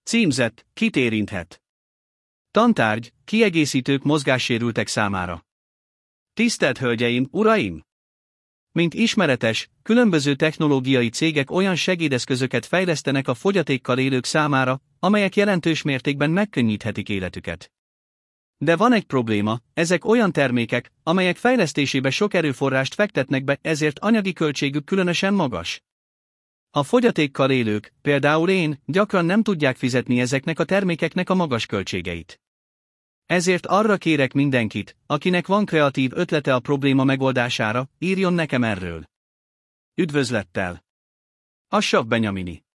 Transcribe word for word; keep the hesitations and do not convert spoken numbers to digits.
Címzett, kit érinthet? Tantárgy, kiegészítők mozgássérültek számára. Tisztelt Hölgyeim, Uraim! Mint ismeretes, különböző technológiai cégek olyan segédeszközöket fejlesztenek a fogyatékkal élők számára, amelyek jelentős mértékben megkönnyíthetik életüket. De van egy probléma, ezek olyan termékek, amelyek fejlesztésébe sok erőforrást fektetnek be, ezért anyagi költségük különösen magas. A fogyatékkal élők, például én, gyakran nem tudják fizetni ezeknek a termékeknek a magas költségeit. Ezért arra kérek mindenkit, akinek van kreatív ötlete a probléma megoldására, írjon nekem erről. Üdvözlettel! Ashraf Benyamini.